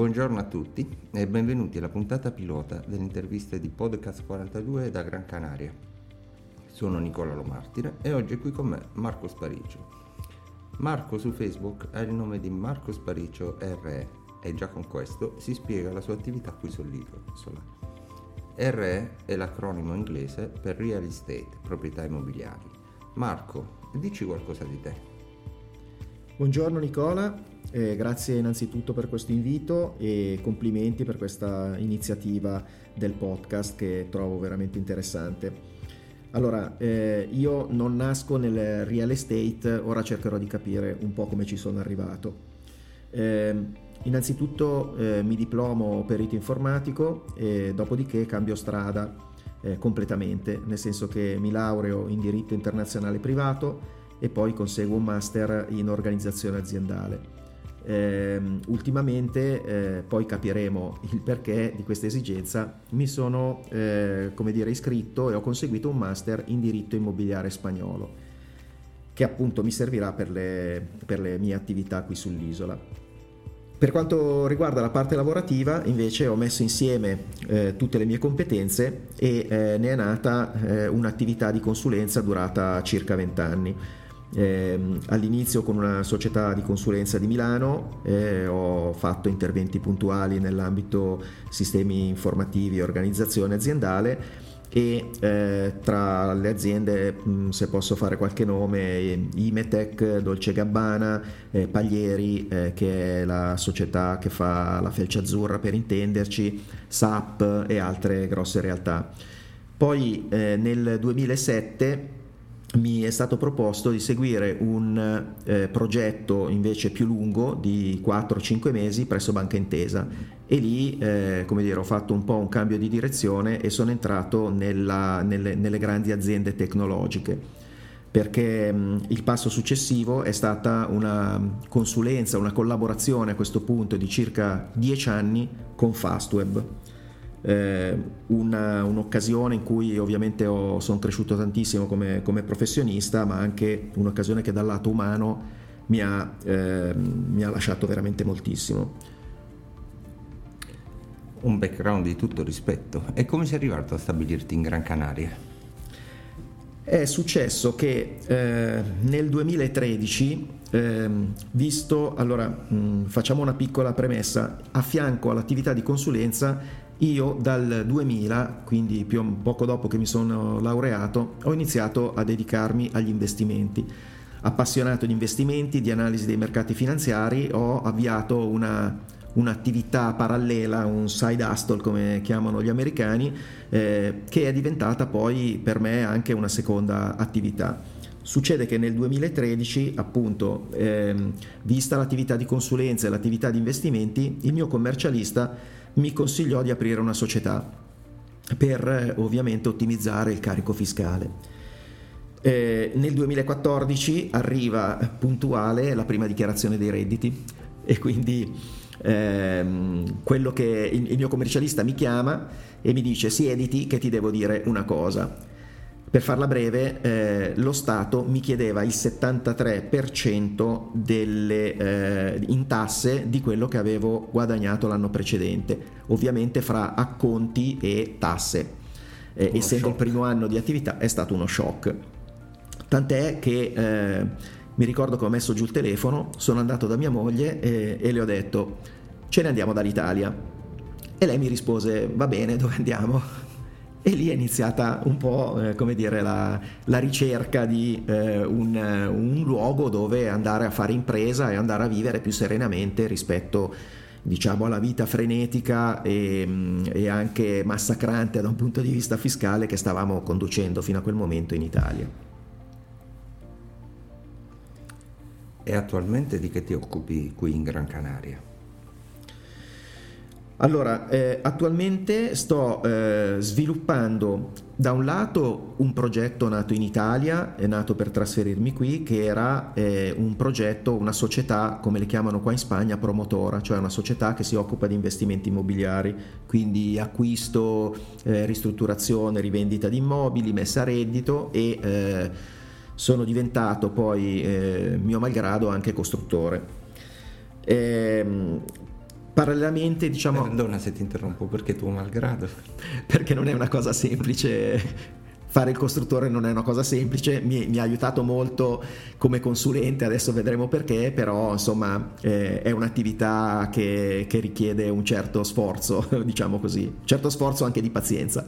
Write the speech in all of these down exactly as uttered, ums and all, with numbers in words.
Buongiorno a tutti e benvenuti alla puntata pilota delle interviste di Podcast quarantadue da Gran Canaria. Sono Nicola Lomartire e oggi è qui con me Marco Sparicio. Marco su Facebook ha il nome di Marco Sparicio R E e già con questo si spiega la sua attività qui sull'isola. R E è l'acronimo inglese per Real Estate, proprietà immobiliari. Marco, dici qualcosa di te. Buongiorno Nicola, eh, grazie innanzitutto per questo invito e complimenti per questa iniziativa del podcast che trovo veramente interessante. Allora, eh, io non nasco nel real estate, ora cercherò di capire un po' come ci sono arrivato. Eh, innanzitutto eh, mi diplomo perito informatico e dopodiché cambio strada eh, completamente, nel senso che mi laureo in diritto internazionale privato e poi conseguo un master in organizzazione aziendale. Eh, ultimamente, eh, poi capiremo il perché di questa esigenza, mi sono eh, come dire iscritto e ho conseguito un master in diritto immobiliare spagnolo, che appunto mi servirà per le, per le mie attività qui sull'isola. Per quanto riguarda la parte lavorativa, invece, ho messo insieme eh, tutte le mie competenze e eh, ne è nata eh, un'attività di consulenza durata circa venti anni. Eh, all'inizio con una società di consulenza di Milano, eh, ho fatto interventi puntuali nell'ambito sistemi informativi e organizzazione aziendale e eh, tra le aziende, mh, se posso fare qualche nome, Imetec, Dolce Gabbana, eh, Paglieri, eh, che è la società che fa la felce azzurra per intenderci, S A P e altre grosse realtà. Poi eh, nel duemilasette mi è stato proposto di seguire un eh, progetto invece più lungo di quattro cinque mesi presso Banca Intesa e lì eh, come dire, ho fatto un po' un cambio di direzione e sono entrato nella, nelle, nelle grandi aziende tecnologiche, perché mh, il passo successivo è stata una consulenza, una collaborazione a questo punto di circa dieci anni con Fastweb. Eh, una, un'occasione in cui ovviamente ho, sono cresciuto tantissimo come, come professionista, ma anche un'occasione che dal lato umano mi ha, eh, mi ha lasciato veramente moltissimo. Un background di tutto rispetto. E come sei arrivato a stabilirti in Gran Canaria? È successo che eh, nel duemilatredici, eh, visto, allora mh, facciamo una piccola premessa, a fianco all'attività di consulenza io dal duemila, quindi più poco dopo che mi sono laureato, ho iniziato a dedicarmi agli investimenti. Appassionato di investimenti, di analisi dei mercati finanziari, ho avviato una, un'attività parallela, un side hustle come chiamano gli americani, eh, che è diventata poi per me anche una seconda attività. Succede che nel duemilatredici, appunto, ehm, vista l'attività di consulenza e l'attività di investimenti, il mio commercialista mi consigliò di aprire una società per eh, ovviamente ottimizzare il carico fiscale. Eh, nel duemilaquattordici arriva puntuale la prima dichiarazione dei redditi e quindi ehm, quello che il, il mio commercialista mi chiama e mi dice: siediti che ti devo dire una cosa. Per farla breve, eh, lo Stato mi chiedeva il settantatré per cento delle, eh, in tasse di quello che avevo guadagnato l'anno precedente, ovviamente fra acconti e tasse. Eh, essendo shock. Il primo anno di attività è stato uno shock. Tant'è che eh, mi ricordo che ho messo giù il telefono, sono andato da mia moglie e, e le ho detto: ce ne andiamo dall'Italia. E lei mi rispose: va bene, dove andiamo? E lì è iniziata un po' eh, come dire la, la ricerca di eh, un, un luogo dove andare a fare impresa e andare a vivere più serenamente rispetto, diciamo, alla vita frenetica e, e anche massacrante da un punto di vista fiscale che stavamo conducendo fino a quel momento in Italia. E attualmente di che ti occupi qui in Gran Canaria? Allora, eh, attualmente sto eh, sviluppando da un lato un progetto nato in Italia, è nato per trasferirmi qui, che era eh, un progetto, una società, come le chiamano qua in Spagna, promotora, cioè una società che si occupa di investimenti immobiliari, quindi acquisto, eh, ristrutturazione, rivendita di immobili, messa a reddito e eh, sono diventato poi, eh, mio malgrado, anche costruttore. Ehm, parallelamente, diciamo... Perdona se ti interrompo, perché tuo malgrado? Perché non è una cosa semplice. Fare il costruttore non è una cosa semplice, mi, mi ha aiutato molto come consulente, adesso vedremo perché, però insomma eh, è un'attività che, che richiede un certo sforzo, diciamo così, un certo sforzo anche di pazienza.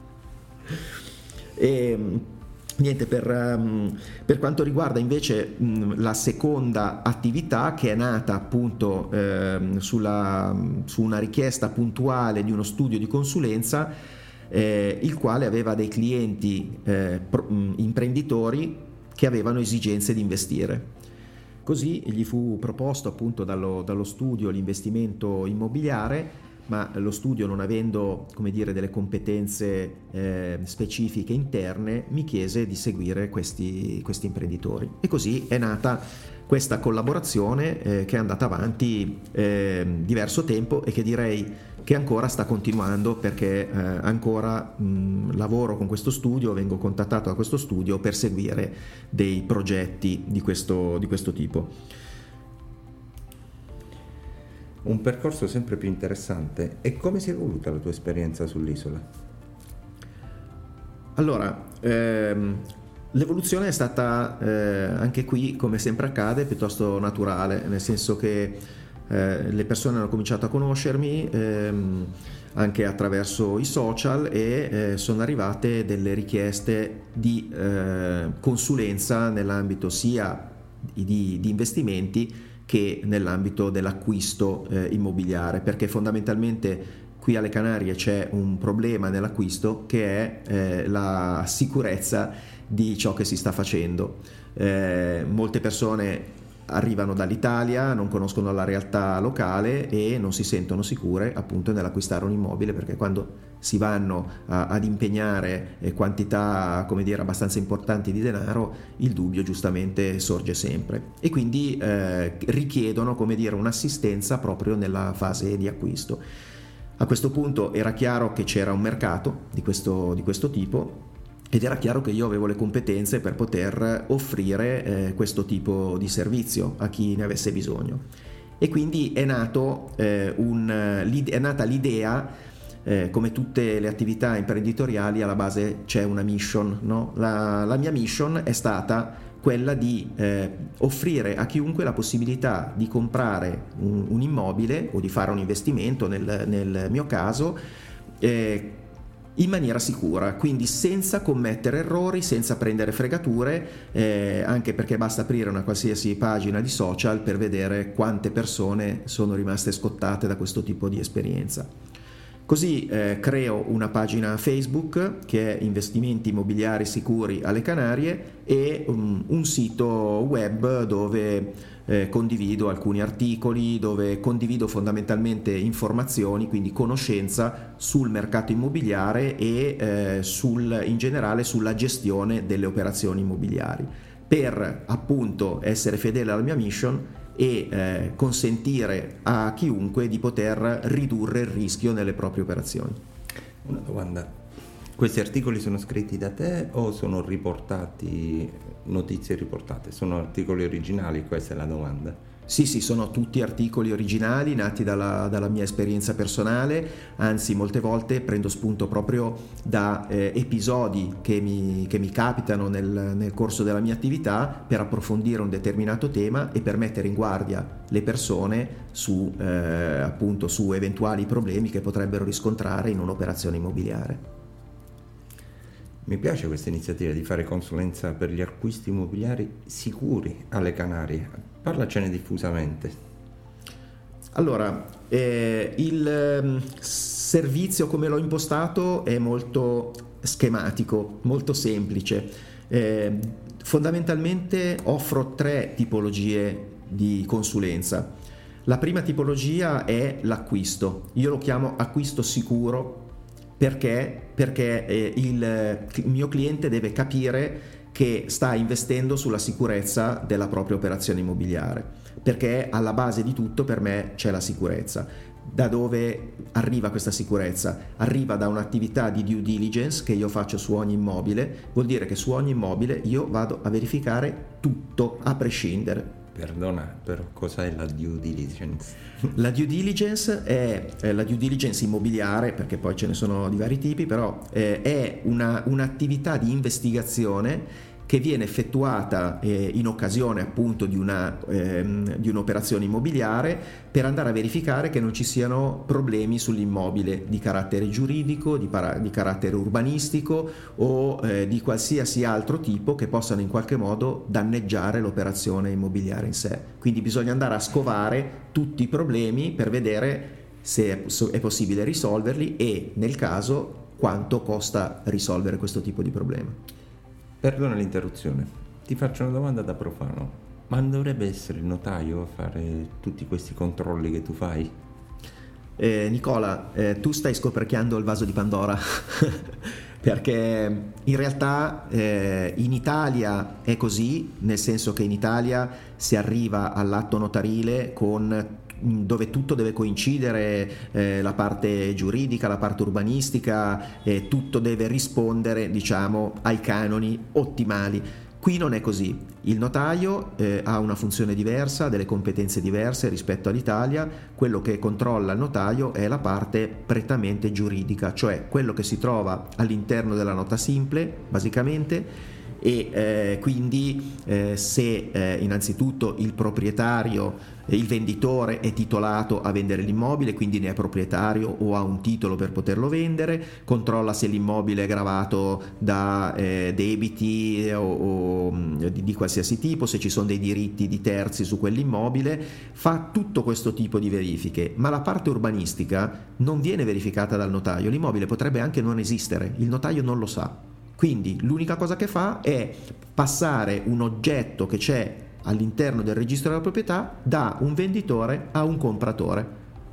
E niente, per, um, per quanto riguarda invece um, la seconda attività, che è nata appunto eh, sulla, su una richiesta puntuale di uno studio di consulenza, Eh, il quale aveva dei clienti eh, pro, mh, imprenditori che avevano esigenze di investire. Così gli fu proposto appunto dallo, dallo studio l'investimento immobiliare, ma lo studio, non avendo, come dire, delle competenze eh, specifiche interne, mi chiese di seguire questi, questi imprenditori. E così è nata questa collaborazione eh, che è andata avanti eh, diverso tempo e che direi che ancora sta continuando, perché eh, ancora mh, lavoro con questo studio, vengo contattato da questo studio per seguire dei progetti di questo, di questo tipo. Un percorso sempre più interessante. E come si è evoluta la tua esperienza sull'isola? Allora, ehm, l'evoluzione è stata eh, anche qui, come sempre accade, piuttosto naturale, nel senso che Eh, le persone hanno cominciato a conoscermi ehm, anche attraverso i social e eh, sono arrivate delle richieste di eh, consulenza nell'ambito sia di, di investimenti che nell'ambito dell'acquisto eh, immobiliare, perché fondamentalmente qui alle Canarie c'è un problema nell'acquisto che è eh, la sicurezza di ciò che si sta facendo. Eh, molte persone arrivano dall'Italia, non conoscono la realtà locale e non si sentono sicure appunto nell'acquistare un immobile, perché quando si vanno a, ad impegnare quantità, come dire, abbastanza importanti di denaro, il dubbio giustamente sorge sempre e quindi eh, richiedono, come dire, un'assistenza proprio nella fase di acquisto. A questo punto era chiaro che c'era un mercato di questo, di questo tipo, ed era chiaro che io avevo le competenze per poter offrire eh, questo tipo di servizio a chi ne avesse bisogno. E quindi è, nato, eh, un, è nata l'idea, eh, come tutte le attività imprenditoriali, alla base c'è una mission, no? La, la mia mission è stata quella di eh, offrire a chiunque la possibilità di comprare un, un immobile o di fare un investimento, nel, nel mio caso, eh, in maniera sicura, quindi senza commettere errori, senza prendere fregature, eh, anche perché basta aprire una qualsiasi pagina di social per vedere quante persone sono rimaste scottate da questo tipo di esperienza. Così eh, creo una pagina Facebook che è Investimenti Immobiliari Sicuri alle Canarie e um, un sito web dove Eh, condivido alcuni articoli, dove condivido fondamentalmente informazioni, quindi conoscenza sul mercato immobiliare e eh, sul, in generale sulla gestione delle operazioni immobiliari, per appunto essere fedele alla mia mission e eh, consentire a chiunque di poter ridurre il rischio nelle proprie operazioni. Una domanda: questi articoli sono scritti da te o sono riportati, notizie riportate? Sono articoli originali? Questa è la domanda. Sì, sì, sono tutti articoli originali nati dalla, dalla mia esperienza personale, anzi molte volte prendo spunto proprio da eh, episodi che mi, che mi capitano nel, nel corso della mia attività per approfondire un determinato tema e per mettere in guardia le persone su, eh, appunto, su eventuali problemi che potrebbero riscontrare in un'operazione immobiliare. Mi piace questa iniziativa di fare consulenza per gli acquisti immobiliari sicuri alle Canarie. Parlacene diffusamente. Allora, eh, il eh, servizio come l'ho impostato è molto schematico, molto semplice. Eh, fondamentalmente offro tre tipologie di consulenza. La prima tipologia è l'acquisto. Io lo chiamo acquisto sicuro. Perché? Perché eh, il, il mio cliente deve capire che sta investendo sulla sicurezza della propria operazione immobiliare, perché alla base di tutto per me c'è la sicurezza. Da dove arriva questa sicurezza? Arriva da un'attività di due diligence che io faccio su ogni immobile. Vuol dire che su ogni immobile io vado a verificare tutto a prescindere. Perdona, però cos'è la due diligence? La due diligence è, è la due diligence immobiliare, perché poi ce ne sono di vari tipi, però eh, è una, un'attività di investigazione che viene effettuata eh, in occasione appunto di, una, ehm, di un'operazione immobiliare per andare a verificare che non ci siano problemi sull'immobile di carattere giuridico, di, para- di carattere urbanistico o eh, di qualsiasi altro tipo che possano in qualche modo danneggiare l'operazione immobiliare in sé. Quindi bisogna andare a scovare tutti i problemi per vedere se è, è possibile risolverli e, nel caso, quanto costa risolvere questo tipo di problema. Perdona l'interruzione, ti faccio una domanda da profano, ma non dovrebbe essere il notaio a fare tutti questi controlli che tu fai? Eh, Nicola, eh, tu stai scoperchiando il vaso di Pandora perché in realtà eh, in Italia è così, nel senso che in Italia si arriva all'atto notarile con dove tutto deve coincidere, eh, la parte giuridica, la parte urbanistica, eh, tutto deve rispondere, diciamo, ai canoni ottimali. Qui non è così. Il notaio eh, ha una funzione diversa, delle competenze diverse rispetto all'Italia. Quello che controlla il notaio è la parte prettamente giuridica, cioè quello che si trova all'interno della nota simple, basicamente, e eh, quindi eh, se eh, innanzitutto il proprietario, il venditore è titolato a vendere l'immobile, quindi ne è proprietario o ha un titolo per poterlo vendere, controlla se l'immobile è gravato da eh, debiti o, o di, di qualsiasi tipo, se ci sono dei diritti di terzi su quell'immobile, fa tutto questo tipo di verifiche, ma la parte urbanistica non viene verificata dal notaio, l'immobile potrebbe anche non esistere, il notaio non lo sa. Quindi l'unica cosa che fa è passare un oggetto che c'è all'interno del registro della proprietà da un venditore a un compratore.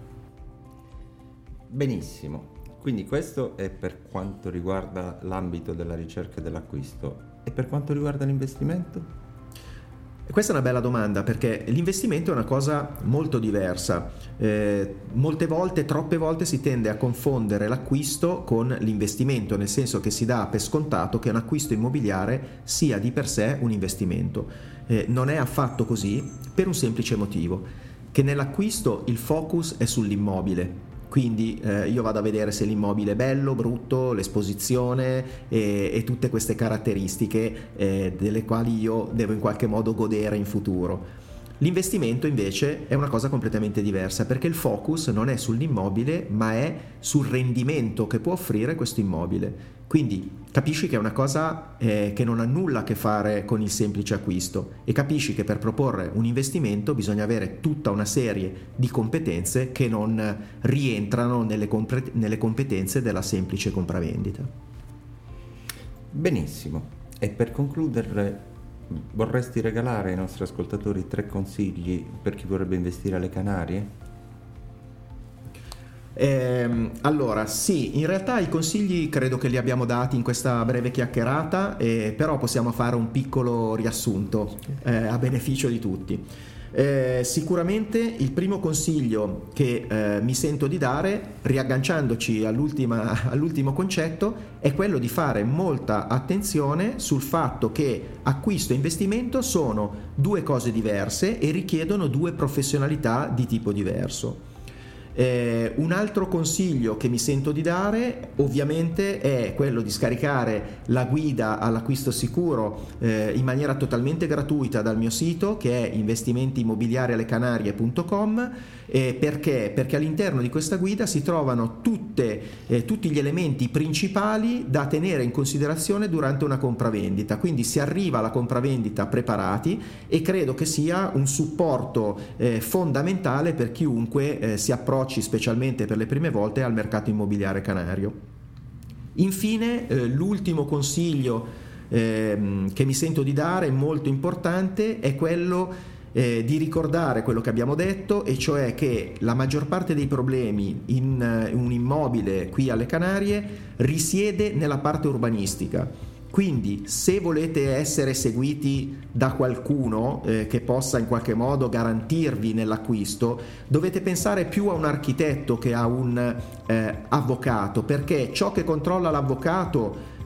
Benissimo, quindi questo è per quanto riguarda l'ambito della ricerca e dell'acquisto. E per quanto riguarda l'investimento? Questa è una bella domanda, perché l'investimento è una cosa molto diversa. Eh, molte volte, troppe volte si tende a confondere l'acquisto con l'investimento, nel senso che si dà per scontato che un acquisto immobiliare sia di per sé un investimento. Eh, non è affatto così, per un semplice motivo, che nell'acquisto il focus è sull'immobile. Quindi eh, io vado a vedere se l'immobile è bello, brutto, l'esposizione e, e tutte queste caratteristiche eh, delle quali io devo in qualche modo godere in futuro. L'investimento invece è una cosa completamente diversa, perché il focus non è sull'immobile ma è sul rendimento che può offrire questo immobile. Quindi capisci che è una cosa eh, che non ha nulla a che fare con il semplice acquisto, e capisci che per proporre un investimento bisogna avere tutta una serie di competenze che non rientrano nelle, compre- nelle competenze della semplice compravendita. Benissimo, e per concludere vorresti regalare ai nostri ascoltatori tre consigli per chi vorrebbe investire alle Canarie? Eh, allora sì, in realtà i consigli credo che li abbiamo dati in questa breve chiacchierata, eh, però possiamo fare un piccolo riassunto eh, a beneficio di tutti. Eh, sicuramente il primo consiglio che eh, mi sento di dare, riagganciandoci all'ultima, all'ultimo concetto, è quello di fare molta attenzione sul fatto che acquisto e investimento sono due cose diverse e richiedono due professionalità di tipo diverso. Eh, un altro consiglio che mi sento di dare ovviamente è quello di scaricare la guida all'acquisto sicuro eh, in maniera totalmente gratuita dal mio sito, che è investimenti immobiliari alle canarie punto com. Eh, perché? Perché all'interno di questa guida si trovano tutte, eh, tutti gli elementi principali da tenere in considerazione durante una compravendita, quindi si arriva alla compravendita preparati, e credo che sia un supporto eh, fondamentale per chiunque eh, si approcci, specialmente per le prime volte, al mercato immobiliare canario. Infine, eh, l'ultimo consiglio eh, che mi sento di dare, molto importante, è quello Eh, di ricordare quello che abbiamo detto, e cioè che la maggior parte dei problemi in uh, un immobile qui alle Canarie risiede nella parte urbanistica. Quindi se volete essere seguiti da qualcuno eh, che possa in qualche modo garantirvi nell'acquisto, dovete pensare più a un architetto che a un eh, avvocato, perché ciò che controlla l'avvocato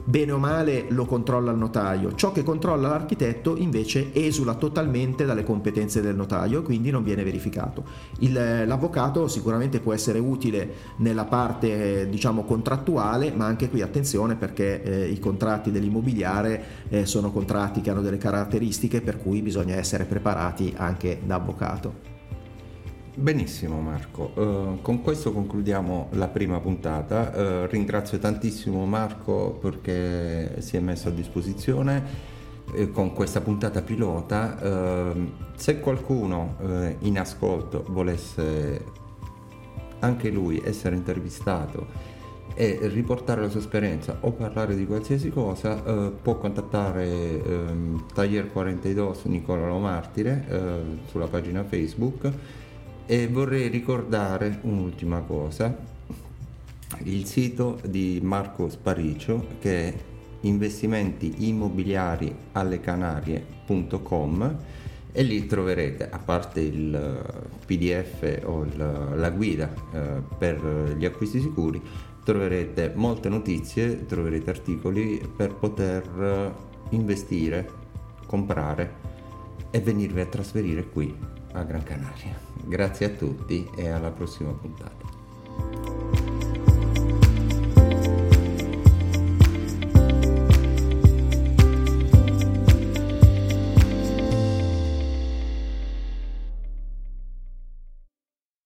bene o male lo controlla il notaio. Ciò che controlla l'architetto invece esula totalmente dalle competenze del notaio, quindi non viene verificato. Il, l'avvocato sicuramente può essere utile nella parte eh, diciamo contrattuale, ma anche qui attenzione, perché eh, i contratti dell'immobiliare eh, sono contratti che hanno delle caratteristiche per cui bisogna essere preparati anche da avvocato. Benissimo Marco, uh, con questo concludiamo la prima puntata. Uh, ringrazio tantissimo Marco perché si è messo a disposizione uh, con questa puntata pilota. Uh, se qualcuno uh, in ascolto volesse anche lui essere intervistato e riportare la sua esperienza o parlare di qualsiasi cosa, uh, può contattare um, Taller quarantadue Nicola Lo Martire uh, sulla pagina Facebook. E vorrei ricordare un'ultima cosa, il sito di Marco Sparicio, che è investimenti immobiliari alle Canarie punto com, e lì troverete, a parte il P D F o il, la guida eh, per gli acquisti sicuri, troverete molte notizie, troverete articoli per poter investire, comprare e venirvi a trasferire qui a Gran Canaria. Grazie a tutti e alla prossima puntata.